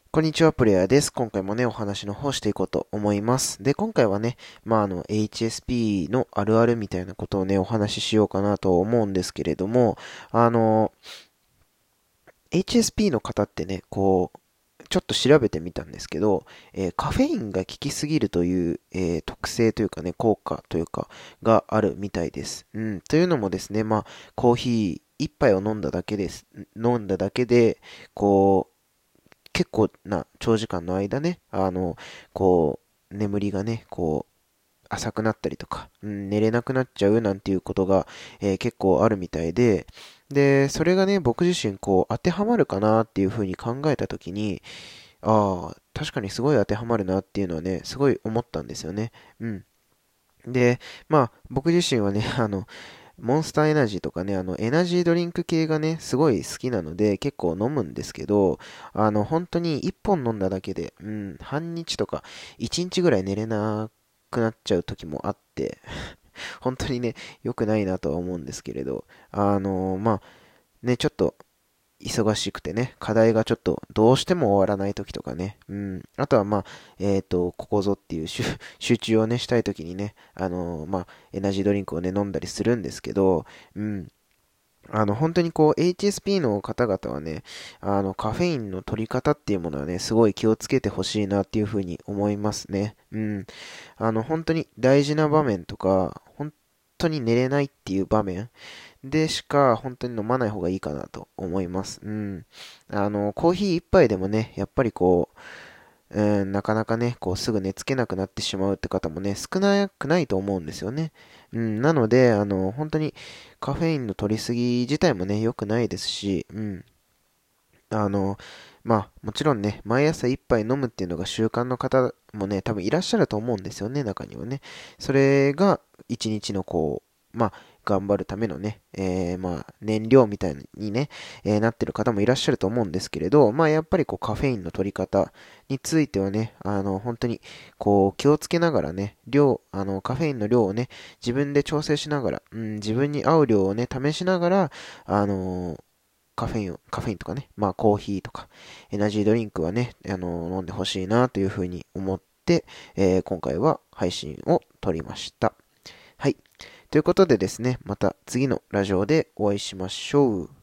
こんにちは、プレイヤーです。今回もね、お話の方していこうと思います。で、今回はね、HSP のあるあるみたいなことをね、お話ししようかなと思うんですけれども、あの、HSP の方ってね、ちょっと調べてみたんですけど、カフェインが効きすぎるという、特性というかね、効果というか、があるみたいです。というのもですね、コーヒー一杯を飲んだだけで、こう、結構な長時間の間ね、眠りがね、浅くなったりとか、寝れなくなっちゃうなんていうことが、結構あるみたいで、で、それがね、僕自身当てはまるかなっていうふうに考えたときに、ああ、確かにすごい当てはまるなっていうのはね、すごい思ったんですよね。うん。で、僕自身はね、モンスターエナジーとかね、エナジードリンク系がね、すごい好きなので、結構飲むんですけど、本当に一本飲んだだけで、半日とか、一日ぐらい寝れなくなっちゃう時もあって、本当にね、良くないなとは思うんですけれど、ちょっと忙しくてね、課題がちょっとどうしても終わらない時とかね、あとはここぞっていう集中をね、したい時にね、エナジードリンクをね、飲んだりするんですけど、うん、本当にHSP の方々はね、カフェインの取り方っていうものはね、すごい気をつけてほしいなっていうふうに思いますね。本当に大事な場面とか、本当に寝れないっていう場面でしか本当に飲まない方がいいかなと思います。コーヒー一杯でもね、やっぱりなかなかね、すぐ寝つけなくなってしまうって方もね、少なくないと思うんですよね。なので、本当にカフェインの取りすぎ自体もね、良くないですし、あの、もちろんね、毎朝一杯飲むっていうのが習慣の方もね、多分いらっしゃると思うんですよね、中にはね。それが、一日の頑張るためのね、燃料みたいにね、なってる方もいらっしゃると思うんですけれど、やっぱりカフェインの取り方についてはね、本当に、気をつけながらね、カフェインの量をね、自分で調整しながら、自分に合う量をね、試しながら、あのカフェインとかね、コーヒーとか、エナジードリンクはね、飲んでほしいなというふうに思って、今回は配信を撮りました。はい。ということでですね、また次のラジオでお会いしましょう。